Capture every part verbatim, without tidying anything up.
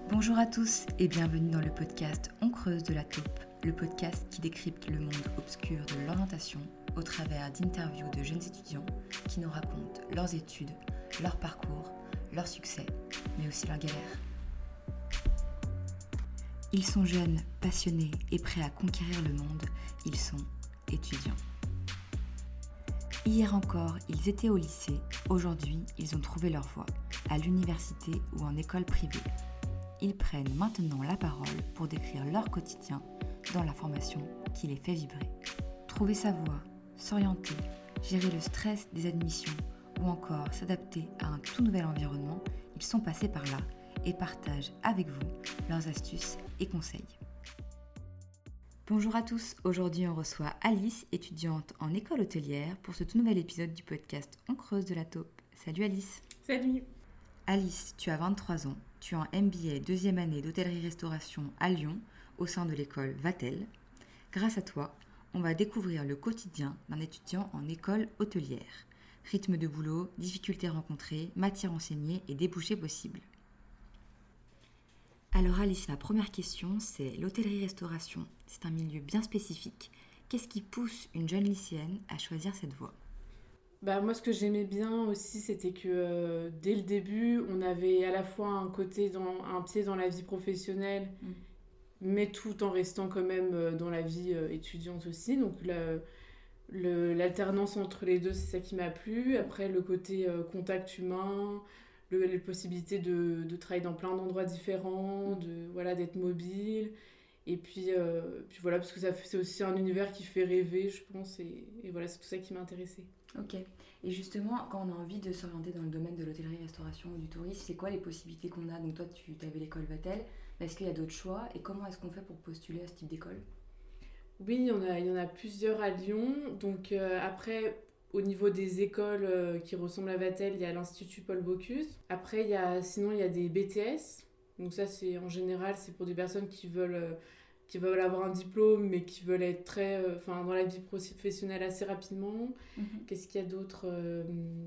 Bonjour à tous et bienvenue dans le podcast On creuse de la taupe, le podcast qui décrypte le monde obscur de l'orientation au travers d'interviews de jeunes étudiants qui nous racontent leurs études, leur parcours, leurs succès, mais aussi leurs galères. Ils sont jeunes, passionnés et prêts à conquérir le monde, ils sont étudiants. Hier encore, ils étaient au lycée, aujourd'hui, ils ont trouvé leur voie, à l'université ou en école privée. Ils prennent maintenant la parole pour décrire leur quotidien dans la formation qui les fait vibrer. Trouver sa voie, s'orienter, gérer le stress des admissions ou encore s'adapter à un tout nouvel environnement, ils sont passés par là et partagent avec vous leurs astuces et conseils. Bonjour à tous, aujourd'hui on reçoit Alice, étudiante en école hôtelière, pour ce tout nouvel épisode du podcast On creuse de la taupe. Salut Alice. Salut. Alice, tu as vingt-trois ans, tu es en M B A deuxième année d'hôtellerie-restauration à Lyon, au sein de l'école Vatel. Grâce à toi, on va découvrir le quotidien d'un étudiant en école hôtelière. Rythme de boulot, difficultés rencontrées, matières enseignées et débouchés possibles. Alors Alice, ma première question, c'est l'hôtellerie-restauration. C'est un milieu bien spécifique. Qu'est-ce qui pousse une jeune lycéenne à choisir cette voie ? Bah, moi, ce que j'aimais bien aussi, c'était que euh, dès le début, on avait à la fois un côté, dans, un pied dans la vie professionnelle, mmh. mais tout en restant quand même euh, dans la vie euh, étudiante aussi. Donc le, le, l'alternance entre les deux, c'est ça qui m'a plu. Après, le côté euh, contact humain, le, les possibilités de, de travailler dans plein d'endroits différents, de, voilà, d'être mobile. Et puis, euh, puis voilà, parce que ça, c'est aussi un univers qui fait rêver, je pense. Et, et voilà, c'est tout ça qui m'a intéressée. Ok. Et justement, quand on a envie de s'orienter dans le domaine de l'hôtellerie-restauration ou du tourisme, c'est quoi les possibilités qu'on a ? Donc toi, tu avais l'école Vatel, mais est-ce qu'il y a d'autres choix ? Et comment est-ce qu'on fait pour postuler à ce type d'école ? Oui, il y en a, il y en a plusieurs à Lyon. Donc euh, après, au niveau des écoles euh, qui ressemblent à Vatel, il y a l'Institut Paul Bocuse. Après, il y a, sinon, il y a des B T S. Donc ça, c'est en général, c'est pour des personnes qui veulent... Euh, qui veulent avoir un diplôme, mais qui veulent être très, euh, enfin, dans la vie professionnelle assez rapidement. Mm-hmm. Qu'est-ce qu'il y a d'autre ? euh,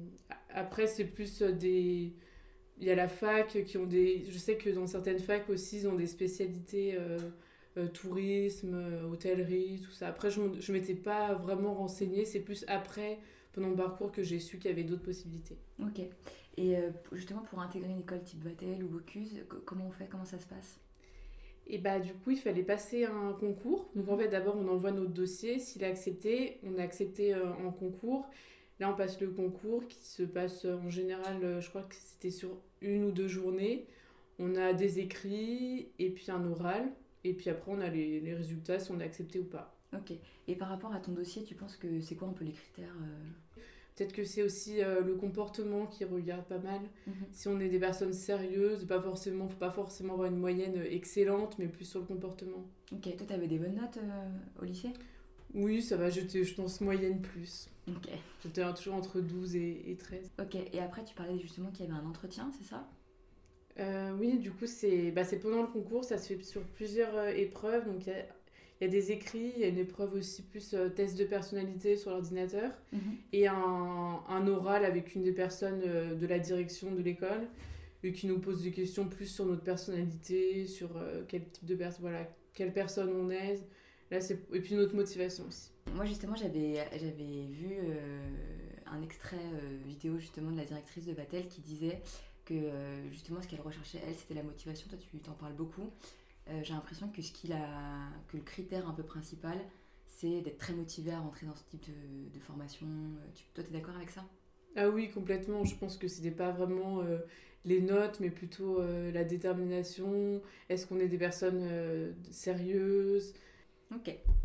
Après, c'est plus des... Il y a la fac qui ont des... Je sais que dans certaines facs aussi, ils ont des spécialités euh, euh, tourisme, euh, hôtellerie, tout ça. Après, je ne m'étais pas vraiment renseignée. C'est plus après, pendant le parcours, que j'ai su qu'il y avait d'autres possibilités. Ok. Et euh, justement, pour intégrer une école type Vatel ou Bocuse, comment on fait ? Comment ça se passe ? Et bah du coup, il fallait passer un concours. Donc en fait, d'abord, on envoie notre dossier. S'il est accepté, on est accepté euh, en concours. Là, on passe le concours qui se passe euh, en général, euh, je crois que c'était sur une ou deux journées. On a des écrits et puis un oral. Et puis après, on a les, les résultats, si on est accepté ou pas. Ok. Et par rapport à ton dossier, tu penses que c'est quoi un peu les critères euh... Peut-être que c'est aussi euh, le comportement qui regarde pas mal. Mm-hmm. Si on est des personnes sérieuses, pas forcément, faut pas forcément avoir une moyenne excellente, mais plus sur le comportement. Ok, toi t'avais des bonnes notes euh, au lycée ? Oui, ça va, j'étais, je pense, moyenne plus. Ok. J'étais toujours entre douze et, et treize. Ok, et après tu parlais justement qu'il y avait un entretien, c'est ça ? euh, Oui, du coup, c'est, bah, c'est pendant le concours, ça se fait sur plusieurs euh, épreuves, donc il y a... Il y a des écrits, il y a une épreuve aussi plus euh, test de personnalité sur l'ordinateur mmh. et un, un oral avec une des personnes euh, de la direction de l'école et qui nous pose des questions plus sur notre personnalité, sur euh, quel type de personne, voilà, quelle personne on est, là, c'est... et puis notre motivation aussi. Moi justement j'avais, j'avais vu euh, un extrait euh, vidéo justement de la directrice de Vatel qui disait que euh, justement ce qu'elle recherchait elle c'était la motivation, toi tu t'en parles beaucoup. Euh, j'ai l'impression que, ce qu'il a, que le critère un peu principal, c'est d'être très motivé à rentrer dans ce type de, de formation. Tu, toi, tu es d'accord avec ça ? Ah oui, complètement. Je pense que ce n'était pas vraiment euh, les notes, mais plutôt euh, la détermination. Est-ce qu'on est des personnes euh, sérieuses ? Ok.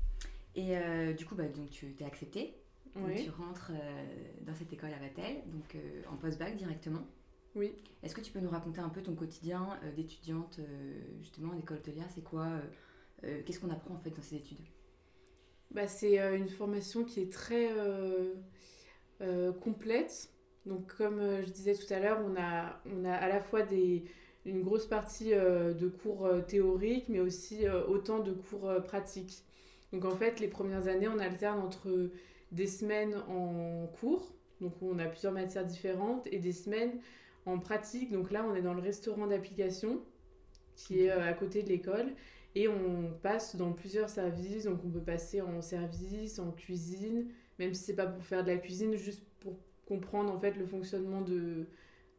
Et euh, du coup, bah, donc, tu t'es acceptée. Donc, oui. Tu rentres euh, dans cette école à Vatel, donc euh, en post-bac directement. Oui. Est-ce que tu peux nous raconter un peu ton quotidien euh, d'étudiante euh, justement en école hôtelière ? C'est quoi euh, euh, Qu'est-ce qu'on apprend en fait dans ces études ? Bah, c'est euh, une formation qui est très euh, euh, complète. Donc comme euh, je disais tout à l'heure, on a, on a à la fois des, une grosse partie euh, de cours euh, théoriques, mais aussi euh, autant de cours euh, pratiques. Donc en fait, les premières années, on alterne entre des semaines en cours, donc où on a plusieurs matières différentes, et des semaines en pratique. Donc là, on est dans le restaurant d'application. qui est euh, à côté de l'école. Et on passe dans plusieurs services, donc on peut passer en service, en cuisine, même si c'est pas pour faire de la cuisine, juste pour comprendre en fait le fonctionnement de,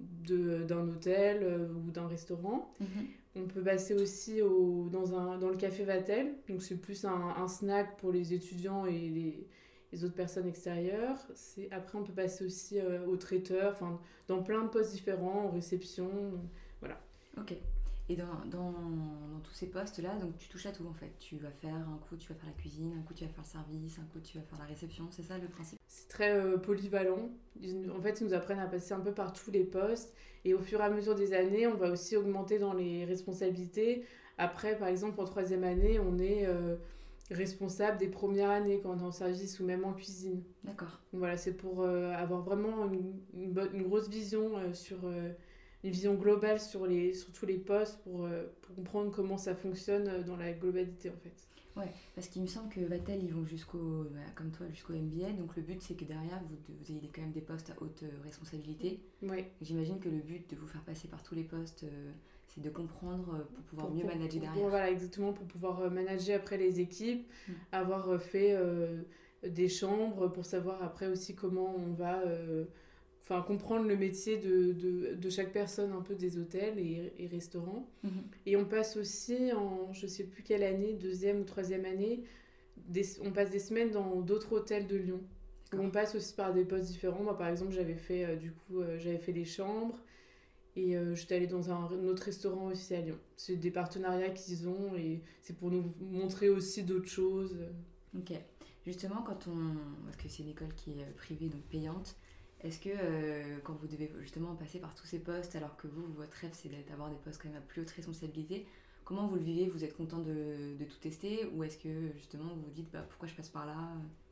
de, d'un hôtel euh, ou d'un restaurant. Mhm. On peut passer aussi au, dans, un, dans le café Vatel, donc c'est plus un, un snack pour les étudiants et les, les autres personnes extérieures. C'est, après on peut passer aussi euh, au traiteur, enfin dans plein de postes différents, en réception, voilà. Ok. Et dans, dans, dans tous ces postes-là, donc tu touches à tout en fait. Tu vas faire un coup, tu vas faire la cuisine, un coup tu vas faire le service, un coup tu vas faire la réception, c'est ça le principe? C'est très euh, polyvalent. Ils- en fait, ils nous apprennent à passer un peu par tous les postes. Et au fur et à mesure des années, on va aussi augmenter dans les responsabilités. Après, par exemple, en troisième année, on est euh, responsable des premières années quand on est en service ou même en cuisine. D'accord. Donc voilà, c'est pour euh, avoir vraiment une, une, bo- une grosse vision euh, sur... euh, une vision globale sur, les, sur tous les postes pour, euh, pour comprendre comment ça fonctionne euh, dans la globalité en fait. Ouais, parce qu'il me semble que Vatel, ils vont jusqu'au, bah, comme toi, jusqu'au M B A. Donc le but, c'est que derrière, vous, vous ayez quand même des postes à haute euh, responsabilité. Ouais. J'imagine que le but de vous faire passer par tous les postes, euh, c'est de comprendre euh, pour pouvoir Pour, mieux pour, manager pour- derrière. voilà, exactement, pour pouvoir euh, manager après les équipes, Mm. avoir euh, fait euh, des chambres, pour savoir après aussi comment on va... euh, Enfin, comprendre le métier de, de, de chaque personne un peu des hôtels et, et restaurants. Mhm. Et on passe aussi en, je sais plus quelle année, deuxième ou troisième année, des, on passe des semaines dans d'autres hôtels de Lyon. Où D'accord. on passe aussi par des postes différents. Moi, par exemple, j'avais fait, euh, du coup, euh, j'avais fait les chambres et euh, j'étais allée dans un, un autre restaurant aussi à Lyon. C'est des partenariats qu'ils ont et c'est pour nous montrer aussi d'autres choses. Ok. Justement, quand on. Parce que c'est une école qui est euh, privée, donc payante, est-ce que euh, quand vous devez justement passer par tous ces postes, alors que vous, votre rêve, c'est d'avoir des postes quand même à plus haute responsabilité, comment vous le vivez? Vous êtes content de, de tout tester? Ou est-ce que justement vous vous dites bah, pourquoi je passe par là?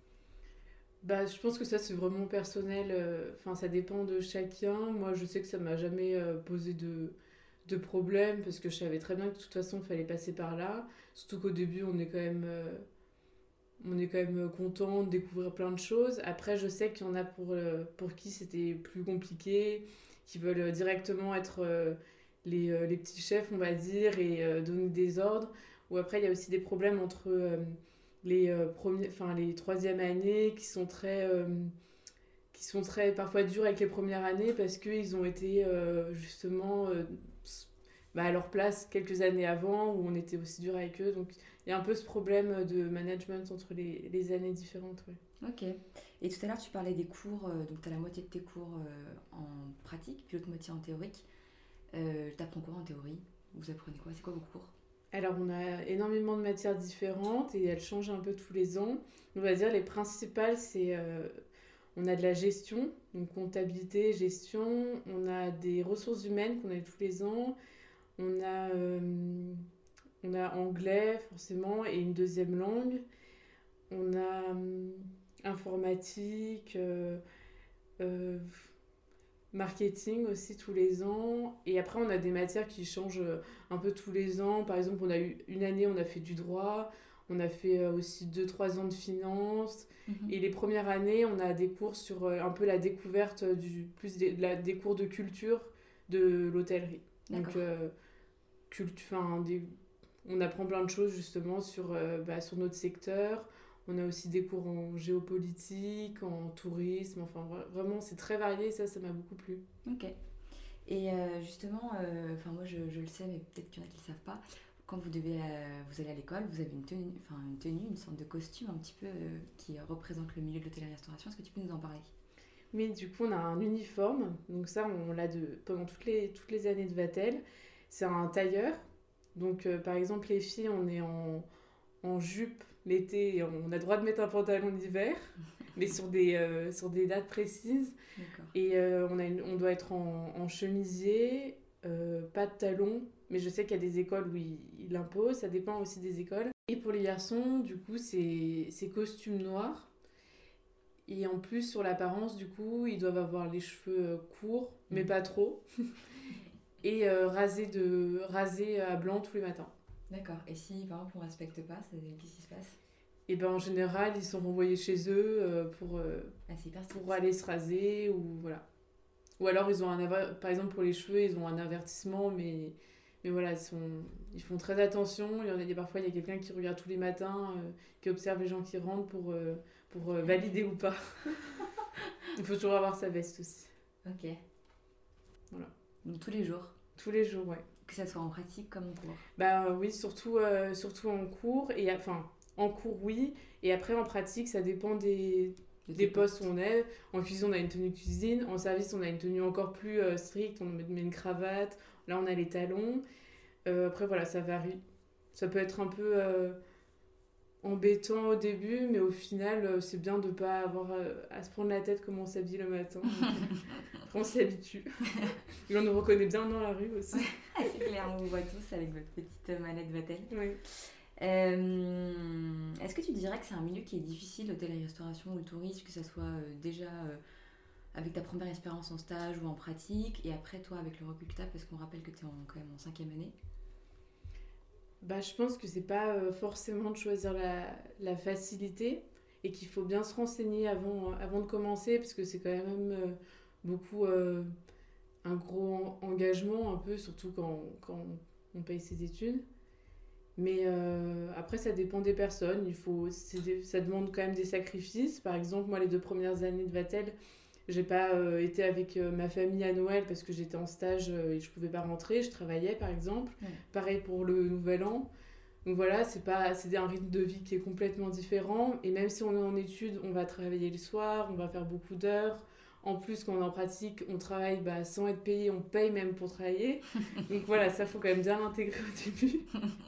Bah, je pense que ça, c'est vraiment personnel. euh, Enfin, ça dépend de chacun. Moi, je sais que ça m'a jamais euh, posé de, de problème parce que je savais très bien que de toute façon, il fallait passer par là. Surtout qu'au début, on est quand même, euh, on est quand même content de découvrir plein de choses. Après, je sais qu'il y en a pour, euh, pour qui c'était plus compliqué, qui veulent euh, directement être euh, les, euh, les petits chefs, on va dire, et euh, donner des ordres. Ou après, il y a aussi des problèmes entre euh, les, euh, premiers, enfin, les troisième années qui sont très... euh, qui sont très parfois durs avec les premières années parce qu'ils ont été euh, justement euh, bah, à leur place quelques années avant où on était aussi dur avec eux. Donc il y a un peu ce problème de management entre les, les années différentes. Ouais. Ok. Et tout à l'heure, tu parlais des cours, euh, donc tu as la moitié de tes cours euh, en pratique, puis l'autre moitié en théorique. Euh, T'apprends quoi en théorie? Vous apprenez quoi? C'est quoi vos cours? Alors on a énormément de matières différentes et elles changent un peu tous les ans. On va dire les principales, c'est... euh, on a de la gestion, donc comptabilité, gestion. On a des ressources humaines qu'on a tous les ans. On a, euh, on a anglais, forcément, et une deuxième langue. On a euh, informatique, euh, euh, marketing aussi tous les ans. Et après, on a des matières qui changent euh, un peu tous les ans. Par exemple, on a eu une année, on a fait du droit. On a fait euh, aussi deux trois ans de finance. Mhm. Et les premières années, on a des cours sur euh, un peu la découverte du, plus des, de la, des cours de culture de l'hôtellerie. Donc, D'accord. euh, cultu- 'fin, des- on apprend plein de choses justement sur, euh, bah, sur notre secteur. On a aussi des cours en géopolitique, en tourisme. Enfin, vra- vraiment, c'est très varié. Ça, ça m'a beaucoup plu. Ok. Et euh, justement, euh, enfin moi je, je le sais, mais peut-être qu'il y en a qui ne le savent pas. Quand vous devez, euh, vous allez à l'école, vous avez une tenue, enfin une tenue, une sorte de costume un petit peu euh, qui représente le milieu de l'hôtellerie-restauration. Est-ce que tu peux nous en parler? Mais du coup, on a un uniforme. Donc ça, on l'a de, pendant toutes les, toutes les années de Vatel. C'est un tailleur. Donc, euh, par exemple, les filles, on est en, en jupe l'été et on a le droit de mettre un pantalon l'hiver, mais sur des, euh, sur des dates précises. D'accord. Et euh, on, a une- on doit être en, en chemisier, euh, pas de talons, mais je sais qu'il y a des écoles où ils il l'imposent, ça dépend aussi des écoles. Et pour les garçons, du coup, c'est c'est costume noir. Et en plus, sur l'apparence, du coup, ils doivent avoir les cheveux euh, courts, mais Mhm. pas trop, et euh, rasés, de, rasés à blanc tous les matins. D'accord. Et si par exemple on respecte pas, ça- qu'est-ce qui se passe? Et ben en général, ils sont renvoyés chez eux euh, pour, euh, Ah, c'est hyper strict. pour aller se raser, ou voilà. Ou alors, ils ont un aver- par exemple, pour les cheveux, ils ont un avertissement, mais, mais voilà, ils, sont, ils font très attention. Il y en a, parfois, il y a quelqu'un qui regarde tous les matins, euh, qui observe les gens qui rentrent pour, euh, pour euh, valider ou pas. Il faut toujours avoir sa veste aussi. Ok. Voilà. Donc tous les jours? Tous les jours, ouais. Que ça soit en pratique comme en cours? Bah euh, oui, surtout, euh, surtout en cours. Et, enfin, en cours, oui. Et après, en pratique, ça dépend des, des postes où on est. En cuisine, on a une tenue cuisine. En service, on a une tenue encore plus euh, stricte. On met une cravate. Là, on a les talons. Euh, après, voilà, ça varie. Ça peut être un peu euh, embêtant au début, mais au final, euh, c'est bien de ne pas avoir euh, à se prendre la tête comment on s'habille le matin. Après, on s'y habitue. Et on nous reconnaît bien dans la rue aussi. C'est clair, on vous voit tous avec votre petite manette Vatel. Oui. Euh, est-ce que tu dirais que c'est un milieu qui est difficile, l'hôtellerie-restauration ou le tourisme, que ça soit euh, déjà euh, avec ta première expérience en stage ou en pratique, et après toi avec le recul que tu as, parce qu'on rappelle que tu es en, quand même en cinquième année? Bah, je pense que c'est pas euh, forcément de choisir la, la facilité et qu'il faut bien se renseigner avant, avant de commencer, parce que c'est quand même euh, beaucoup euh, un gros engagement, un peu, surtout quand, quand on paye ses études. Mais euh, après, ça dépend des personnes. Il faut, c'est, ça demande quand même des sacrifices. Par exemple, moi, les deux premières années de Vatel, j'ai pas euh, été avec euh, ma famille à Noël parce que j'étais en stage euh, et je pouvais pas rentrer. Je travaillais, par exemple. Ouais. Pareil pour le Nouvel An. Donc voilà, c'est, pas, c'est un rythme de vie qui est complètement différent. Et même si on est en études, on va travailler le soir, on va faire beaucoup d'heures. En plus, quand on est en pratique, on travaille bah, sans être payé, on paye même pour travailler. Donc voilà, ça, faut quand même bien l'intégrer au début.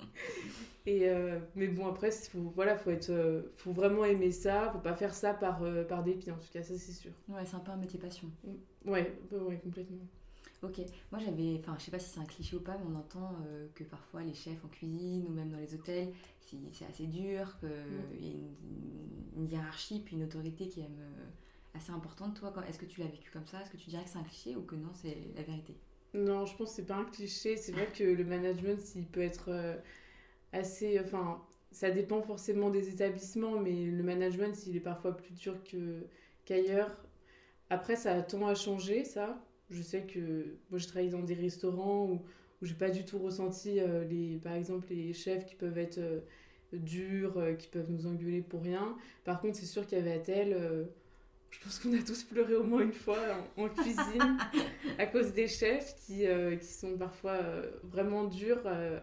Et euh, mais bon, après, il faut, voilà, faut, être, euh, faut vraiment aimer ça. Faut pas faire ça par, euh, par dépit, en tout cas, ça, c'est sûr. Ouais, c'est un peu un métier passion. Ouais, ouais, complètement. Ok, moi j'avais, enfin je sais pas si c'est un cliché ou pas, mais on entend euh, que parfois les chefs en cuisine ou même dans les hôtels, c'est, c'est assez dur, qu'il mm. y a une, une hiérarchie puis une autorité qui est même euh, assez importante. Toi, quand, est-ce que tu l'as vécu comme ça? Est-ce que tu dirais que c'est un cliché ou que non, c'est la vérité? Non, je pense que c'est pas un cliché. C'est vrai que le management, il peut être euh, assez... Enfin, ça dépend forcément des établissements, mais le management, il est parfois plus dur que, qu'ailleurs. Après, ça tend à changer, ça. Je sais que moi, je travaille dans des restaurants où, où j'ai pas du tout ressenti, euh, les, par exemple, les chefs qui peuvent être euh, durs, euh, qui peuvent nous engueuler pour rien. Par contre, c'est sûr qu'il y avait Vatel, euh, je pense qu'on a tous pleuré au moins une fois en, en cuisine à cause des chefs qui, euh, qui sont parfois euh, vraiment durs euh,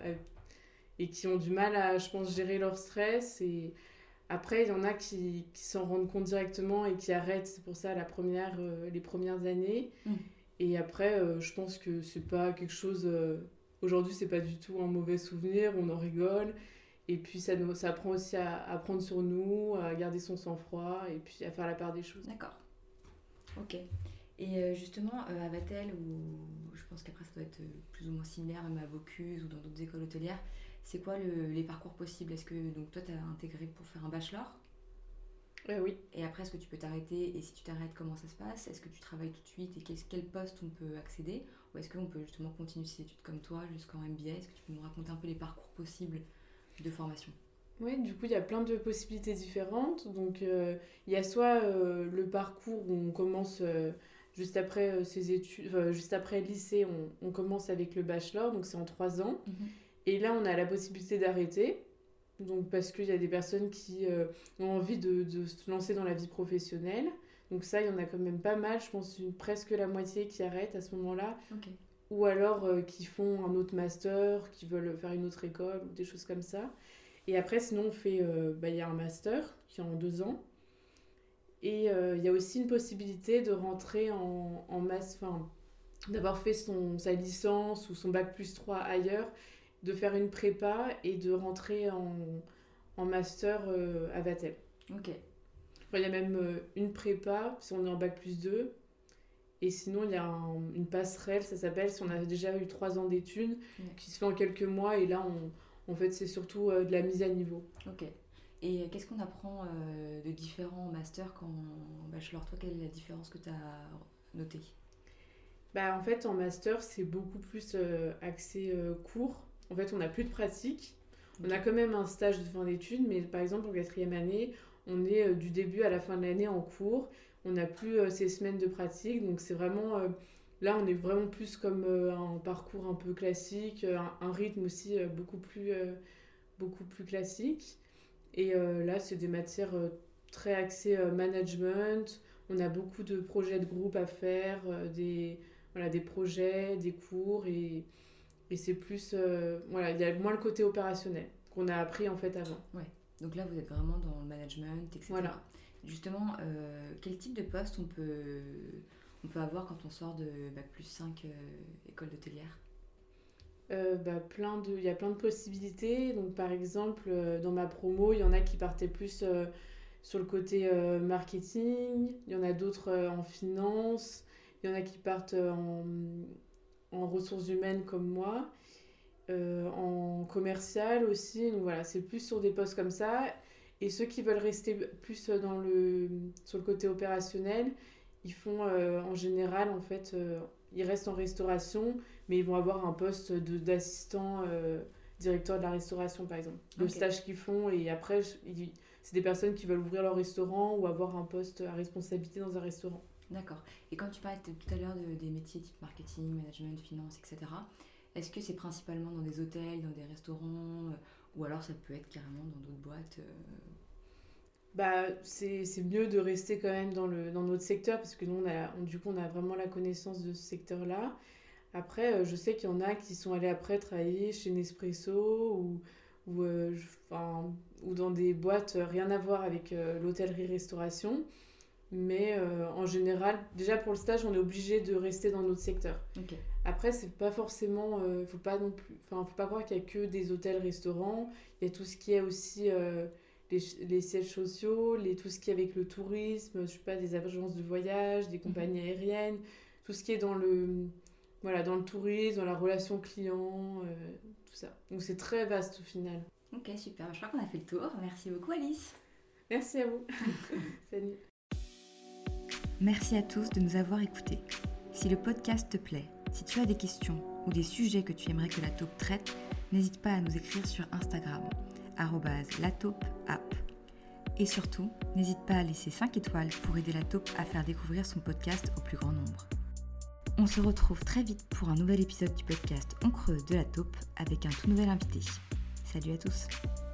et qui ont du mal à, je pense, gérer leur stress. Et après, il y en a qui, qui s'en rendent compte directement et qui arrêtent. C'est pour ça la première, euh, les premières années. Mmh. Et après, euh, je pense que c'est pas quelque chose... Euh, aujourd'hui, c'est pas du tout un mauvais souvenir, on en rigole. Et puis, ça, nous, ça apprend aussi à, à prendre sur nous, à garder son sang-froid et puis à faire la part des choses. D'accord. Ok. Et euh, justement, euh, à Vatel, où je pense qu'après, ça doit être plus ou moins similaire, même à Bocuse ou dans d'autres écoles hôtelières, c'est quoi le, les parcours possibles? Est-ce que donc, toi, tu as intégré pour faire un bachelor? Euh, oui. Et après, est-ce que tu peux t'arrêter? Et si tu t'arrêtes, comment ça se passe? Est-ce que tu travailles tout de suite? Et quel poste on peut accéder? Ou est-ce qu'on peut justement continuer ses études comme toi jusqu'en M B A? Est-ce que tu peux nous raconter un peu les parcours possibles de formation? Oui, du coup, il y a plein de possibilités différentes. Donc, euh, il y a soit euh, le parcours où on commence euh, juste après euh, ses études, euh, juste après le lycée, on, on commence avec le bachelor, donc c'est en trois ans. Mm-hmm. Et là, on a la possibilité d'arrêter. Donc, parce qu'il y a des personnes qui euh, ont envie de, de se lancer dans la vie professionnelle. Donc ça, il y en a quand même pas mal. Je pense une, presque la moitié qui arrêtent à ce moment-là. Okay. Ou alors euh, qui font un autre master, qui veulent faire une autre école ou des choses comme ça. Et après, sinon, on fait... Euh, bah, y a un master qui est en deux ans. Et il euh, y a aussi une possibilité de rentrer en, en masse... Enfin, d'avoir fait son, sa licence ou son bac plus trois ailleurs, de faire une prépa et de rentrer en, en master euh, à Vatel. Ok. Il y a même euh, une prépa si on est en bac plus deux. Et sinon, il y a un, une passerelle, ça s'appelle, si on a déjà eu trois ans d'études, ouais. qui se fait en quelques mois. Et là, on, en fait, c'est surtout euh, de la mise à niveau. Ok. Et qu'est-ce qu'on apprend euh, de différent en master qu'en bachelor? Toi, quelle est la différence que tu as notée? Bah, en fait, en master, c'est beaucoup plus euh, axé euh, cours. En fait, on n'a plus de pratique. Okay. On a quand même un stage de fin d'études, mais par exemple, en quatrième année, on est euh, du début à la fin de l'année en cours. On n'a plus euh, ces semaines de pratique, donc c'est vraiment euh, là, on est vraiment plus comme euh, un parcours un peu classique, un, un rythme aussi euh, beaucoup, plus, euh, beaucoup plus classique. Et euh, là, c'est des matières euh, très axées euh, management. On a beaucoup de projets de groupe à faire, euh, des, voilà, des projets, des cours. Et, et c'est plus... euh, voilà, il y a moins le côté opérationnel qu'on a appris en fait avant. Ouais. Donc là, vous êtes vraiment dans le management, et cetera. Voilà. Justement, euh, quel type de poste on peut, on peut avoir quand on sort de bac plus cinq euh, école d'hôtelière? Euh, bah, plein de, il y a plein de possibilités. Donc, par exemple, euh, dans ma promo, il y en a qui partaient plus euh, sur le côté euh, marketing, il y en a d'autres euh, en finance, il y en a qui partent euh, en, en ressources humaines comme moi, euh, en commercial aussi. Donc voilà, c'est plus sur des postes comme ça. Et ceux qui veulent rester plus dans le, sur le côté opérationnel, ils font euh, en général, en fait, euh, ils restent en restauration, mais ils vont avoir un poste de, d'assistant euh, directeur de la restauration, par exemple. Le Ok. stage qu'ils font, et après, ils- c'est des personnes qui veulent ouvrir leur restaurant ou avoir un poste à responsabilité dans un restaurant. D'accord. Et quand tu parlais t- tout à l'heure de- des métiers type marketing, management, finance, et cetera, est-ce que c'est principalement dans des hôtels, dans des restaurants, euh, ou alors ça peut être carrément dans d'autres boîtes euh, Bah, c'est, c'est mieux de rester quand même dans, le, dans notre secteur, parce que nous, on a, on- du coup, on a vraiment la connaissance de ce secteur-là. Après, euh, je sais qu'il y en a qui sont allés après travailler chez Nespresso ou, ou, euh, je- enfin, ou dans des boîtes euh, rien à voir avec euh, l'hôtellerie-restauration. Mais euh, en général, déjà pour le stage, on est obligé de rester dans notre secteur. Ok. Après, c'est pas forcément, euh, faut pas non plus, enfin, faut pas croire qu'il y a que des hôtels-restaurants. Il y a tout ce qui est aussi euh, les, les sièges sociaux, les, tout ce qui est avec le tourisme, je sais pas, des agences de voyage, des Mhm. compagnies aériennes, tout ce qui est dans le, voilà, dans le tourisme, dans la relation client, euh, tout ça. Donc c'est très vaste au final. Ok, super. Je crois qu'on a fait le tour. Merci beaucoup, Alice. Merci à vous. Salut. Merci à tous de nous avoir écoutés. Si le podcast te plaît, si tu as des questions ou des sujets que tu aimerais que la taupe traite, n'hésite pas à nous écrire sur Instagram, arobase lataupeapp. Et surtout, n'hésite pas à laisser cinq étoiles pour aider la taupe à faire découvrir son podcast au plus grand nombre. On se retrouve très vite pour un nouvel épisode du podcast On creuse de la taupe avec un tout nouvel invité. Salut à tous.